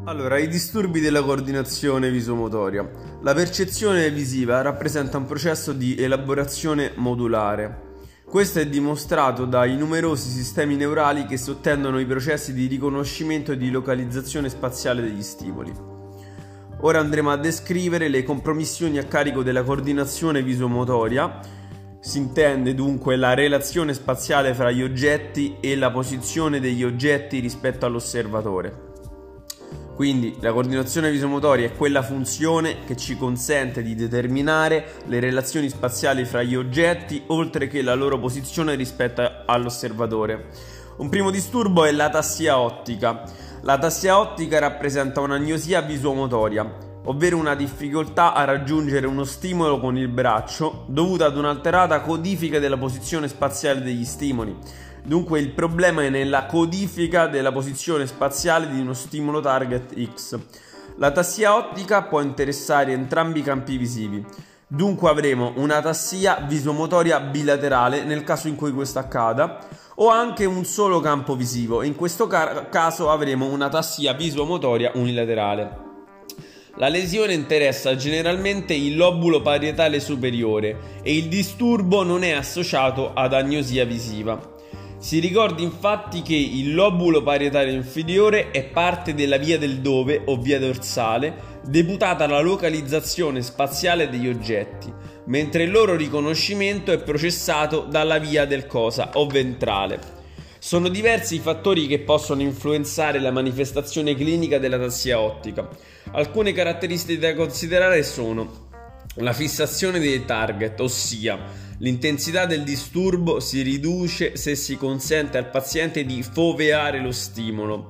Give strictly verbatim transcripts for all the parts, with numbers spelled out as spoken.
Allora, i disturbi della coordinazione visomotoria. La percezione visiva rappresenta un processo di elaborazione modulare. Questo è dimostrato dai numerosi sistemi neurali che sottendono i processi di riconoscimento e di localizzazione spaziale degli stimoli. Ora andremo a descrivere le compromissioni a carico della coordinazione visomotoria. Si intende dunque la relazione spaziale fra gli oggetti e la posizione degli oggetti rispetto all'osservatore. Quindi la coordinazione visomotoria è quella funzione che ci consente di determinare le relazioni spaziali fra gli oggetti oltre che la loro posizione rispetto all'osservatore. Un primo disturbo è l'atassia ottica. L'atassia ottica rappresenta un'agnosia visomotoria, ovvero una difficoltà a raggiungere uno stimolo con il braccio dovuta ad un'alterata codifica della posizione spaziale degli stimoli. Dunque il problema è nella codifica della posizione spaziale di uno stimolo target X. L'atassia ottica può interessare entrambi i campi visivi. Dunque avremo un'atassia visomotoria bilaterale nel caso in cui questo accada, o anche un solo campo visivo. In questo ca- caso avremo un'atassia visomotoria unilaterale. La lesione interessa generalmente il lobulo parietale superiore e il disturbo non è associato ad agnosia visiva. Si ricordi infatti che il lobulo parietale inferiore è parte della via del dove o via dorsale deputata alla localizzazione spaziale degli oggetti, mentre il loro riconoscimento è processato dalla via del cosa o ventrale. Sono diversi i fattori che possono influenzare la manifestazione clinica dell'atassia ottica. Alcune caratteristiche da considerare sono la fissazione dei target, ossia l'intensità del disturbo si riduce se si consente al paziente di foveare lo stimolo.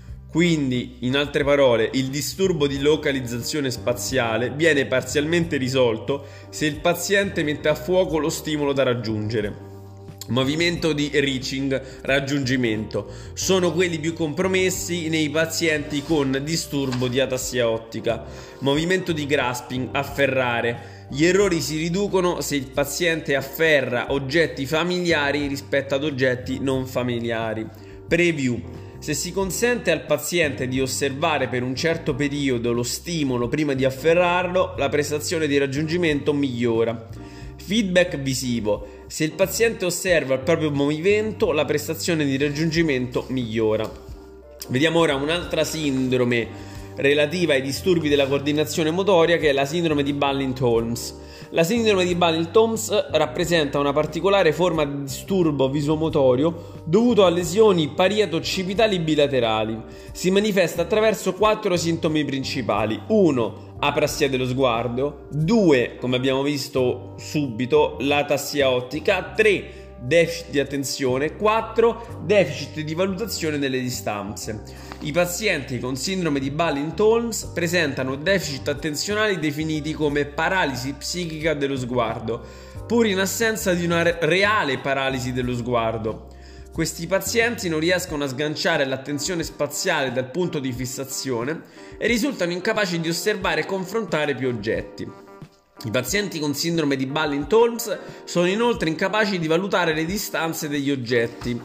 Quindi, in altre parole, il disturbo di localizzazione spaziale viene parzialmente risolto se il paziente mette a fuoco lo stimolo da raggiungere. Movimento di reaching, raggiungimento, sono quelli più compromessi nei pazienti con disturbo di atassia ottica. Movimento di grasping, afferrare. Gli errori si riducono se il paziente afferra oggetti familiari rispetto ad oggetti non familiari. Preview. Se si consente al paziente di osservare per un certo periodo lo stimolo prima di afferrarlo, la prestazione di raggiungimento migliora. Feedback visivo. Se il paziente osserva il proprio movimento, la prestazione di raggiungimento migliora. Vediamo ora un'altra sindrome relativa ai disturbi della coordinazione motoria, che è la sindrome di Balint-Holmes. La sindrome di Balint-Holmes rappresenta una particolare forma di disturbo visomotorio dovuto a lesioni parieto-occipitali bilaterali. Si manifesta attraverso quattro sintomi principali. uno. Aprassia dello sguardo. due. Come abbiamo visto subito, l'atassia ottica. tre. Deficit di attenzione. quattro. Deficit di valutazione delle distanze. I pazienti con sindrome di Balint-Holmes presentano deficit attenzionali definiti come paralisi psichica dello sguardo, pur in assenza di una reale paralisi dello sguardo. Questi pazienti non riescono a sganciare l'attenzione spaziale dal punto di fissazione e risultano incapaci di osservare e confrontare più oggetti. I pazienti con sindrome di Balint-Holmes sono inoltre incapaci di valutare le distanze degli oggetti.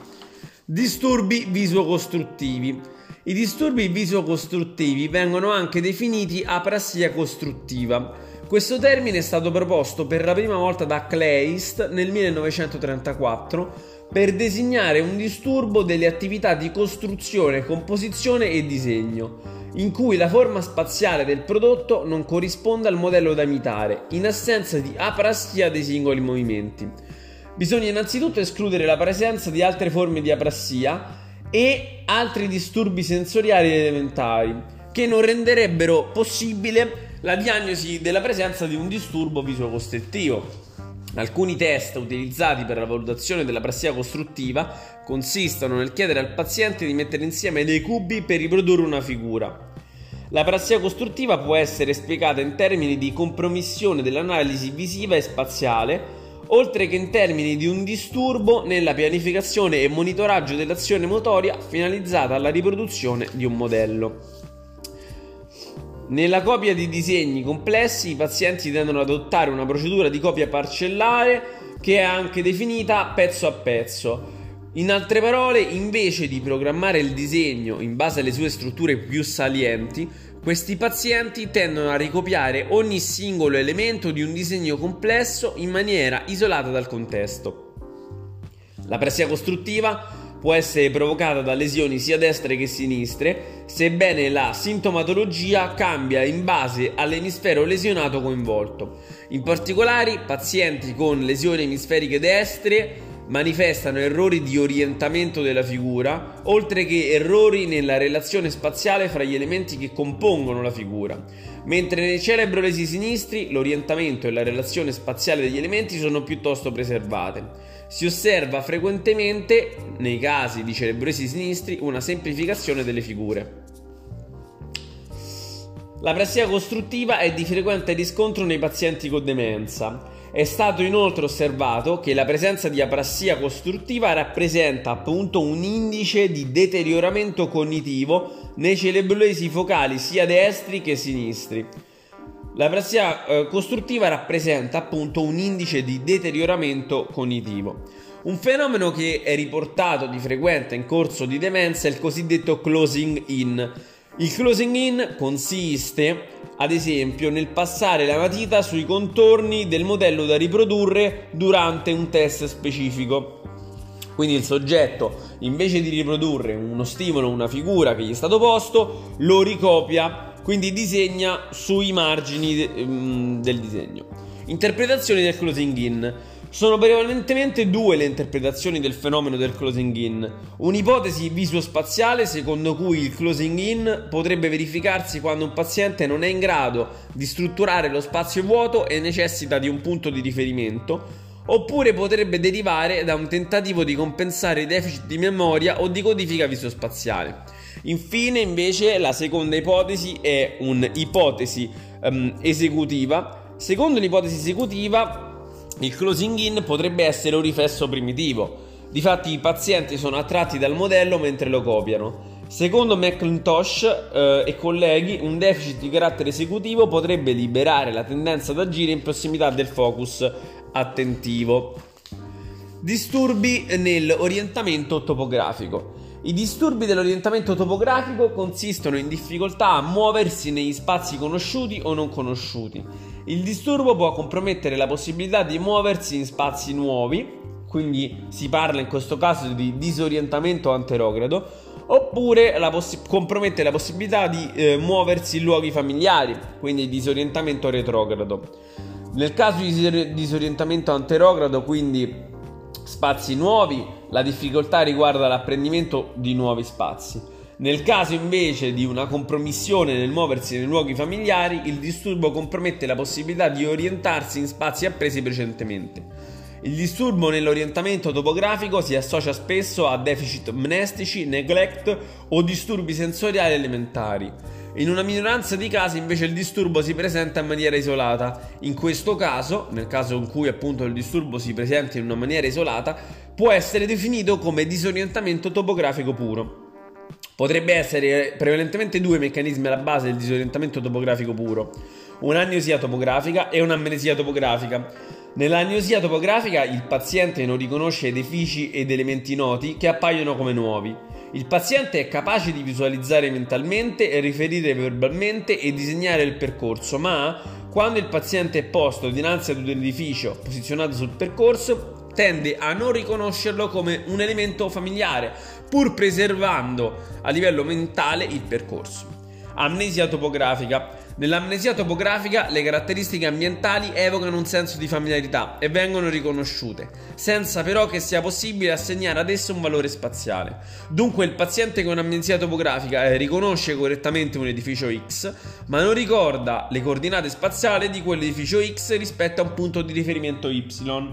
Disturbi visocostruttivi. I disturbi visocostruttivi vengono anche definiti aprassia costruttiva. Questo termine è stato proposto per la prima volta da Kleist nel millenovecentotrentaquattro per designare un disturbo delle attività di costruzione, composizione e disegno, in cui la forma spaziale del prodotto non corrisponde al modello da imitare, in assenza di aprassia dei singoli movimenti. Bisogna innanzitutto escludere la presenza di altre forme di aprassia e altri disturbi sensoriali elementari, che non renderebbero possibile la diagnosi della presenza di un disturbo visocostrittivo. Alcuni test utilizzati per la valutazione dell'aprassia costruttiva consistono nel chiedere al paziente di mettere insieme dei cubi per riprodurre una figura. L'aprassia costruttiva può essere spiegata in termini di compromissione dell'analisi visiva e spaziale, oltre che in termini di un disturbo nella pianificazione e monitoraggio dell'azione motoria finalizzata alla riproduzione di un modello. Nella copia di disegni complessi i pazienti tendono ad adottare una procedura di copia parcellare che è anche definita pezzo a pezzo. In altre parole, invece di programmare il disegno in base alle sue strutture più salienti, questi pazienti tendono a ricopiare ogni singolo elemento di un disegno complesso in maniera isolata dal contesto. L'aprasia costruttiva può essere provocata da lesioni sia destre che sinistre, sebbene la sintomatologia cambia in base all'emisfero lesionato coinvolto. In particolare, pazienti con lesioni emisferiche destre manifestano errori di orientamento della figura, oltre che errori nella relazione spaziale fra gli elementi che compongono la figura, mentre nei cerebrolesi sinistri l'orientamento e la relazione spaziale degli elementi sono piuttosto preservate. Si osserva frequentemente, nei casi di cerebrolesi sinistri, una semplificazione delle figure. L'aprasia costruttiva è di frequente riscontro nei pazienti con demenza. È stato inoltre osservato che la presenza di aprasia costruttiva rappresenta appunto un indice di deterioramento cognitivo nei cerebrolesi focali sia destri che sinistri. L'aprasia eh, costruttiva rappresenta appunto un indice di deterioramento cognitivo. Un fenomeno che è riportato di frequente in corso di demenza è il cosiddetto closing in. Il closing in consiste, ad esempio, nel passare la matita sui contorni del modello da riprodurre durante un test specifico. Quindi il soggetto, invece di riprodurre uno stimolo, una figura che gli è stato posto, lo ricopia, quindi disegna sui margini de- del disegno. Interpretazioni del closing in. Sono prevalentemente due le interpretazioni del fenomeno del closing in. Un'ipotesi visuospaziale secondo cui il closing in potrebbe verificarsi quando un paziente non è in grado di strutturare lo spazio vuoto e necessita di un punto di riferimento, oppure potrebbe derivare da un tentativo di compensare i deficit di memoria o di codifica visuospaziale. Infine, invece, la seconda ipotesi è un'ipotesi um, esecutiva. Secondo l'ipotesi esecutiva, il closing in potrebbe essere un riflesso primitivo. Difatti i pazienti sono attratti dal modello mentre lo copiano. Secondo McIntosh eh, e colleghi, un deficit di carattere esecutivo potrebbe liberare la tendenza ad agire in prossimità del focus attentivo. Disturbi nell'orientamento topografico. I disturbi dell'orientamento topografico consistono in difficoltà a muoversi negli spazi conosciuti o non conosciuti. Il disturbo può compromettere la possibilità di muoversi in spazi nuovi, quindi si parla in questo caso di disorientamento anterogrado, oppure la possi- compromette la possibilità di eh, muoversi in luoghi familiari, quindi disorientamento retrogrado. Nel caso di disorientamento anterogrado, quindi spazi nuovi, la difficoltà riguarda l'apprendimento di nuovi spazi. Nel caso invece di una compromissione nel muoversi nei luoghi familiari, il disturbo compromette la possibilità di orientarsi in spazi appresi precedentemente. Il disturbo nell'orientamento topografico si associa spesso a deficit mnestici, neglect o disturbi sensoriali elementari. In una minoranza di casi invece il disturbo si presenta in maniera isolata. In questo caso, nel caso in cui appunto il disturbo si presenta in una maniera isolata, può essere definito come disorientamento topografico puro. Potrebbe essere prevalentemente due meccanismi alla base del disorientamento topografico puro: un'agnosia topografica e un'amnesia topografica. Nell'agnosia topografica il paziente non riconosce edifici ed elementi noti che appaiono come nuovi. Il paziente è capace di visualizzare mentalmente, riferire verbalmente e disegnare il percorso, ma quando il paziente è posto dinanzi ad un edificio posizionato sul percorso, tende a non riconoscerlo come un elemento familiare, pur preservando a livello mentale il percorso. Amnesia topografica. Nell'amnesia topografica le caratteristiche ambientali evocano un senso di familiarità e vengono riconosciute, senza però che sia possibile assegnare ad esse un valore spaziale. Dunque il paziente con amnesia topografica eh, riconosce correttamente un edificio X, ma non ricorda le coordinate spaziali di quell'edificio X rispetto a un punto di riferimento Y.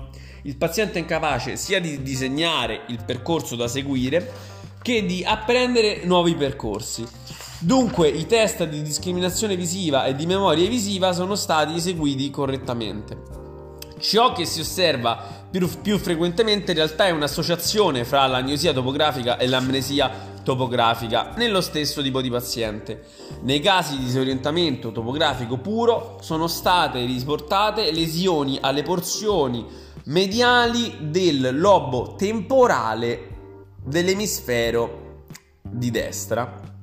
Il paziente è incapace sia di disegnare il percorso da seguire che di apprendere nuovi percorsi. Dunque i test di discriminazione visiva e di memoria visiva sono stati eseguiti correttamente. Ciò che si osserva più, più frequentemente in realtà è un'associazione fra l'agnosia topografica e l'amnesia topografica nello stesso tipo di paziente. Nei casi di disorientamento topografico puro sono state riportate lesioni alle porzioni mediali del lobo temporale dell'emisfero di destra.